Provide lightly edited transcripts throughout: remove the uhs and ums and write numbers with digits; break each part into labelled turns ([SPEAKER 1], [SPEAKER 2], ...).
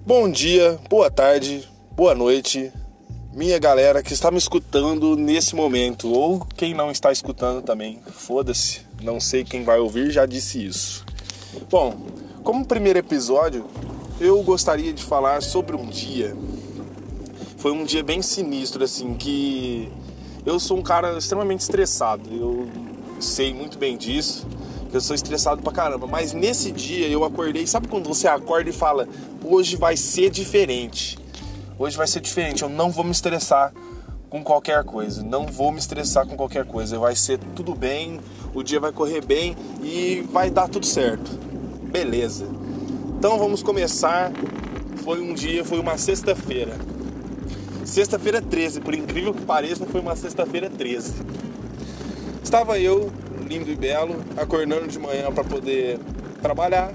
[SPEAKER 1] Bom dia, boa tarde, boa noite, minha galera que está me escutando nesse momento, ou quem não está escutando também, foda-se, não sei quem vai ouvir, já disse isso. Bom, como primeiro episódio, eu gostaria de falar sobre um dia. Foi um dia bem sinistro, assim, que eu sou um cara extremamente estressado, eu sei muito bem disso. Eu sou estressado pra caramba, mas nesse dia eu acordei, sabe quando você acorda e fala, hoje vai ser diferente, eu não vou me estressar com qualquer coisa, vai ser tudo bem, o dia vai correr bem e vai dar tudo certo, beleza. Então vamos começar, foi uma sexta-feira 13, por incrível que pareça, foi uma sexta-feira 13. Estava eu, lindo e belo, acordando de manhã para poder trabalhar.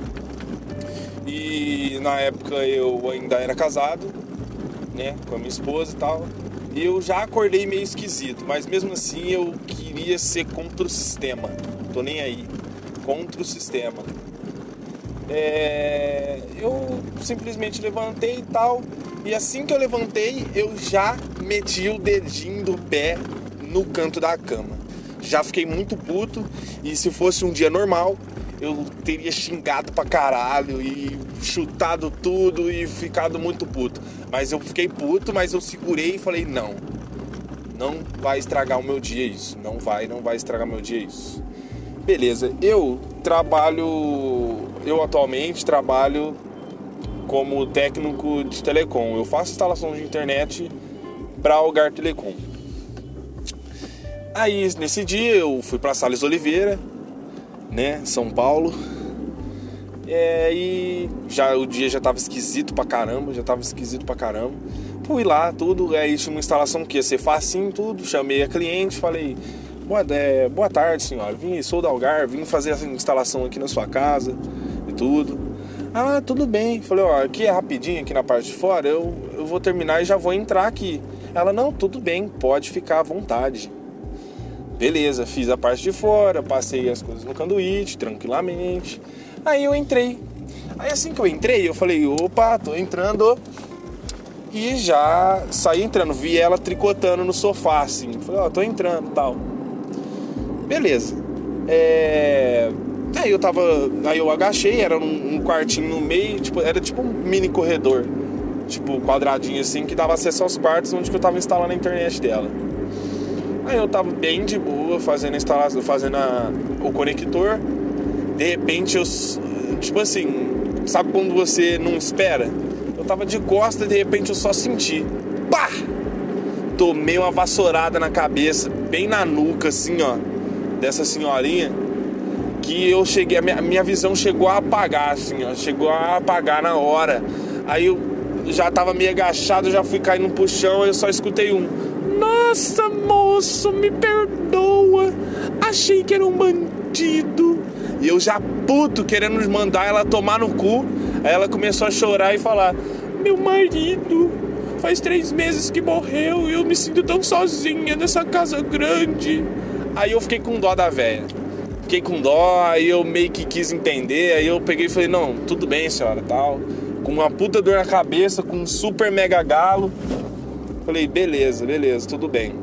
[SPEAKER 1] E na época eu ainda era casado, né, com a minha esposa e tal. E eu já acordei meio esquisito, mas mesmo assim eu queria ser contra o sistema. Tô nem aí, contra o sistema. Eu simplesmente levantei e tal. E assim que eu levantei, eu já meti o dedinho do pé no canto da cama. Já fiquei muito puto, e se fosse um dia normal, eu teria xingado pra caralho e chutado tudo e ficado muito puto. Mas eu fiquei puto, mas eu segurei e falei, não vai estragar o meu dia isso, não vai estragar meu dia isso. Beleza, eu atualmente trabalho como técnico de telecom, eu faço instalação de internet para Algar Telecom. Aí, nesse dia, eu fui pra Salles Oliveira, né, São Paulo. E o dia já tava esquisito pra caramba. Fui lá, tudo. Aí tinha uma instalação que ia ser facinho, tudo. Chamei a cliente, falei, boa tarde, senhora. Sou da Algar, vim fazer essa instalação aqui na sua casa e tudo. Ah, tudo bem. Falei, aqui é rapidinho, aqui na parte de fora, eu vou terminar e já vou entrar aqui. Ela, não, tudo bem, pode ficar à vontade. Beleza, fiz a parte de fora, passei as coisas no canduíte, tranquilamente. Aí eu entrei. Aí assim que eu entrei, eu falei, opa, tô entrando. E já saí entrando, vi ela tricotando no sofá, assim. Falei, tô entrando e tal. Beleza. Aí eu agachei, era um quartinho no meio, era tipo um mini corredor. Tipo, quadradinho assim, que dava acesso aos quartos onde eu tava instalando a internet dela. Aí eu tava bem de boa fazendo a instalação, o conector. De repente eu, tipo assim, sabe quando você não espera? Eu tava de costa e de repente eu só senti, pá! Tomei uma vassourada na cabeça, bem na nuca assim, dessa senhorinha, que eu cheguei, a minha visão chegou a apagar assim, chegou a apagar na hora. Aí eu já tava meio agachado, já fui caindo pro chão, eu só escutei nossa, moço, me perdoa, achei que era um bandido. E eu já puto, querendo mandar ela tomar no cu. Aí ela começou a chorar e falar, meu marido faz 3 meses que morreu e eu me sinto tão sozinha nessa casa grande. Aí eu fiquei com dó da velha. Aí eu meio que quis entender. Aí eu peguei e falei, não, tudo bem, senhora, tal. Com uma puta dor na cabeça, com um super mega galo. Falei, beleza, tudo bem.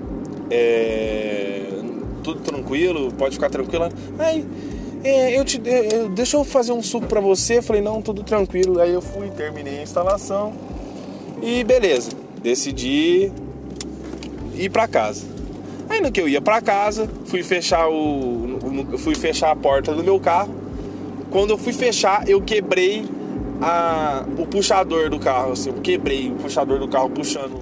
[SPEAKER 1] Tudo tranquilo, pode ficar tranquila. Aí, deixa eu fazer um suco pra você. Falei, não, tudo tranquilo. Aí eu fui, terminei a instalação. E beleza, decidi ir pra casa. Aí no que eu ia pra casa, fui fechar a porta do meu carro. Quando eu fui fechar, eu quebrei o puxador do carro, assim. Eu quebrei o puxador do carro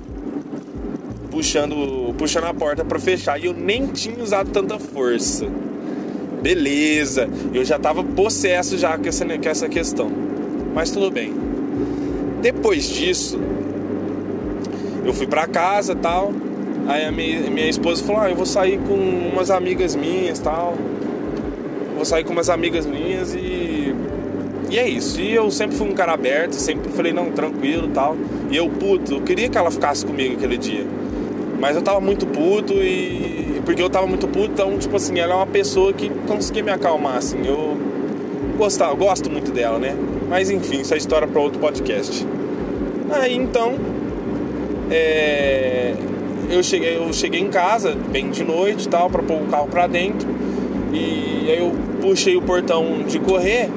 [SPEAKER 1] puxando a porta pra fechar. E eu nem tinha usado tanta força. Beleza, eu já tava possesso já com essa questão. Mas tudo bem. Depois disso, eu fui pra casa e tal. Aí a minha esposa falou, eu vou sair com umas amigas minhas tal. E é isso. E eu sempre fui um cara aberto, sempre falei, não, tranquilo e tal. E eu queria que ela ficasse comigo aquele dia. Mas eu tava muito puto porque eu tava muito puto, então, tipo assim, ela é uma pessoa que conseguia me acalmar, assim. Eu gosto muito dela, né? Mas enfim, isso é história para outro podcast. Aí então eu cheguei em casa bem de noite e tal, para pôr o carro para dentro. E aí eu puxei o portão de correr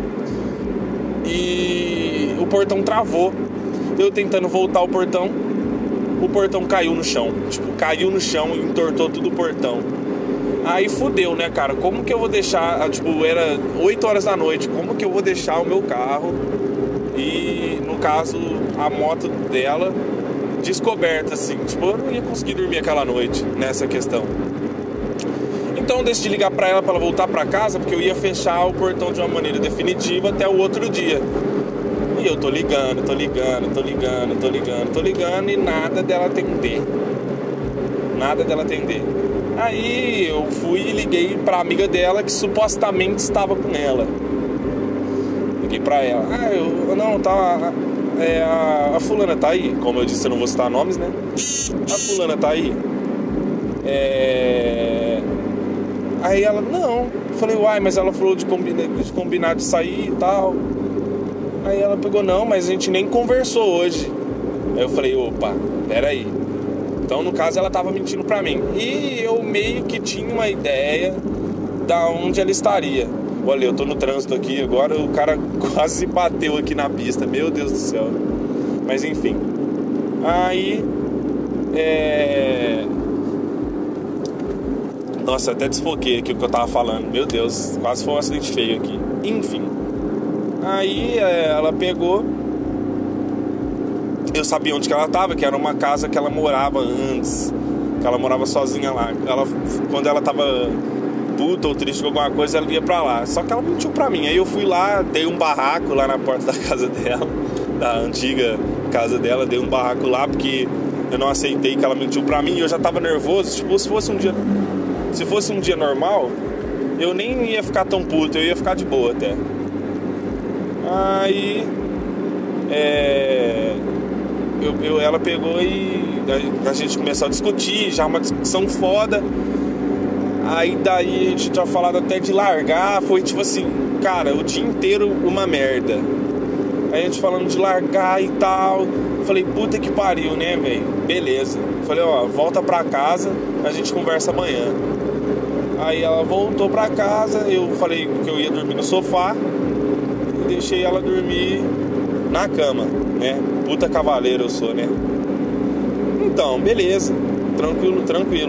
[SPEAKER 1] e o portão travou. Eu tentando voltar o portão caiu no chão. Tipo, caiu no chão e entortou tudo o portão. Aí fudeu, né, cara? Como que eu vou deixar... Tipo, era 8 horas da noite. Como que eu vou deixar o meu carro e, no caso, a moto dela descoberta, assim? Tipo, eu não ia conseguir dormir aquela noite nessa questão. Então eu decidi ligar pra ela voltar pra casa, porque eu ia fechar o portão de uma maneira definitiva até o outro dia. E eu tô ligando e nada dela atender. Aí eu fui e liguei pra amiga dela que supostamente estava com ela. Liguei pra ela. A fulana tá aí. Como eu disse, eu não vou citar nomes, né? A fulana tá aí. Aí ela, não. Eu falei, uai, mas ela falou de combinar de sair e tal. Aí ela pegou, não, mas a gente nem conversou hoje. Aí eu falei, opa, peraí. Então, no caso, ela tava mentindo pra mim. E eu meio que tinha uma ideia da onde ela estaria. Olha, eu tô no trânsito aqui agora, o cara quase bateu aqui na pista. Meu Deus do céu. Mas, enfim. Aí, Nossa, até desfoquei aqui o que eu tava falando. Meu Deus, quase foi um acidente feio aqui. Enfim. Aí, ela pegou... Eu sabia onde que ela tava, que era uma casa que ela morava antes, que ela morava sozinha lá. Quando ela tava puta ou triste com alguma coisa, ela ia pra lá. Só que ela mentiu pra mim. Aí eu fui lá, dei um barraco lá na porta da casa dela, da antiga casa dela, dei um barraco lá, porque eu não aceitei que ela mentiu pra mim. E eu já tava nervoso. Tipo, se fosse um dia normal, eu nem ia ficar tão puto, eu ia ficar de boa até. Aí ela pegou e a gente começou a discutir, já uma discussão foda. Aí daí a gente tinha falado até de largar. Foi tipo assim, cara, o dia inteiro uma merda. Aí a gente falando de largar e tal. Falei, puta que pariu, né, velho? Beleza. Falei, volta pra casa, a gente conversa amanhã. Aí ela voltou pra casa. Eu falei que eu ia dormir no sofá e deixei ela dormir na cama, né? Puta cavaleiro eu sou, né? Então, beleza. Tranquilo.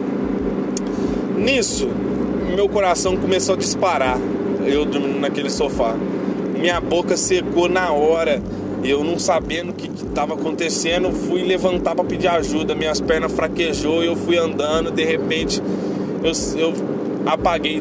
[SPEAKER 1] Nisso, meu coração começou a disparar. Eu dormindo naquele sofá. Minha boca secou na hora. Eu não sabendo o que estava acontecendo, fui levantar para pedir ajuda. Minhas pernas fraquejou, eu fui andando. De repente, eu apaguei.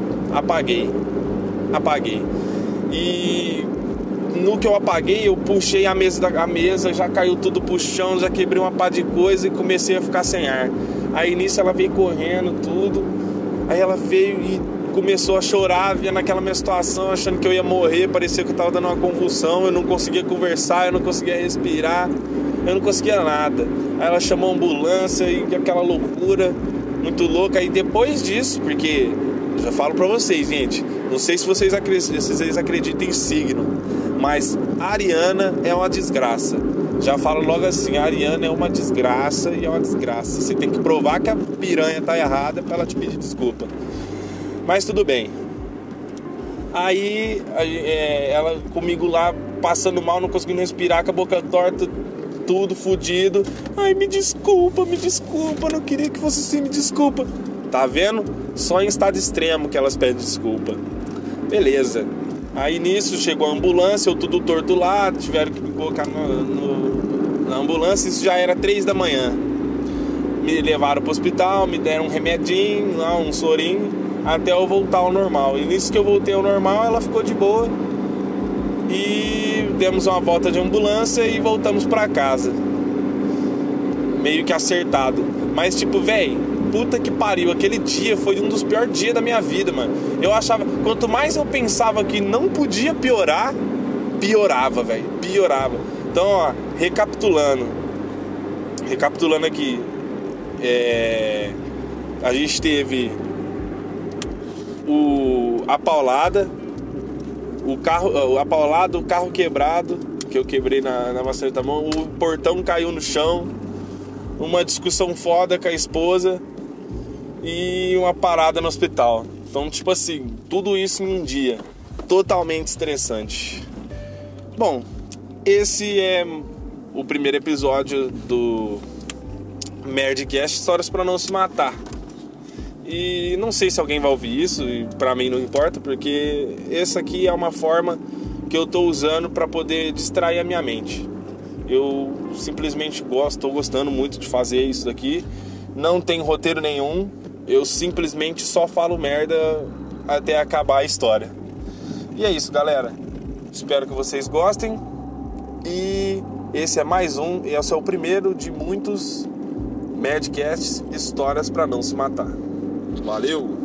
[SPEAKER 1] E no que eu apaguei, eu puxei a mesa, já caiu tudo pro chão, já quebrei uma pá de coisa e comecei a ficar sem ar. Aí nisso ela veio correndo, tudo. Aí ela veio e começou a chorar, vendo aquela minha situação, achando que eu ia morrer. Parecia que eu tava dando uma convulsão, eu não conseguia conversar, eu não conseguia respirar, eu não conseguia nada. Aí ela chamou a ambulância e aquela loucura, muito louca. Aí depois disso, porque eu já falo pra vocês, gente, não sei se vocês acreditam em signo, mas a Ariana é uma desgraça. Já falo logo assim, a Ariana é uma desgraça e é uma desgraça. Você tem que provar que a piranha tá errada pra ela te pedir desculpa. Mas tudo bem. Aí ela comigo lá, passando mal, não conseguindo respirar, com a boca torta, tudo fudido. Ai, me desculpa, não queria que fosse assim, me desculpa. Tá vendo? Só em estado extremo que elas pedem desculpa. Beleza. Aí nisso chegou a ambulância, eu tudo torto lá, tiveram que me colocar na ambulância, isso já era 3 da manhã. Me levaram pro hospital, me deram um remedinho, lá, um sorinho, até eu voltar ao normal. E nisso que eu voltei ao normal, ela ficou de boa. E demos uma volta de ambulância e voltamos pra casa. Meio que acertado. Mas tipo, véi, puta que pariu, aquele dia foi um dos piores dias da minha vida, mano. Eu achava, quanto mais eu pensava que não podia piorar, piorava, velho, piorava. Então, ó, recapitulando aqui, a gente teve a paulada, o carro, apaulado, o carro quebrado, que eu quebrei na maçaneta da mão, o portão caiu no chão, uma discussão foda com a esposa e uma parada no hospital. Então, tipo assim, tudo isso em um dia, totalmente estressante. Bom, esse é o primeiro episódio do Merdcast, Histórias pra Não Se Matar. E não sei se alguém vai ouvir isso, e pra mim não importa, porque essa aqui é uma forma que eu tô usando pra poder distrair a minha mente. Eu simplesmente tô gostando muito de fazer isso daqui. Não tem roteiro nenhum, eu simplesmente só falo merda até acabar a história. E é isso, galera. Espero que vocês gostem. E esse é mais um, e esse é o primeiro de muitos Merdcasts, Histórias pra Não Se Matar. Valeu!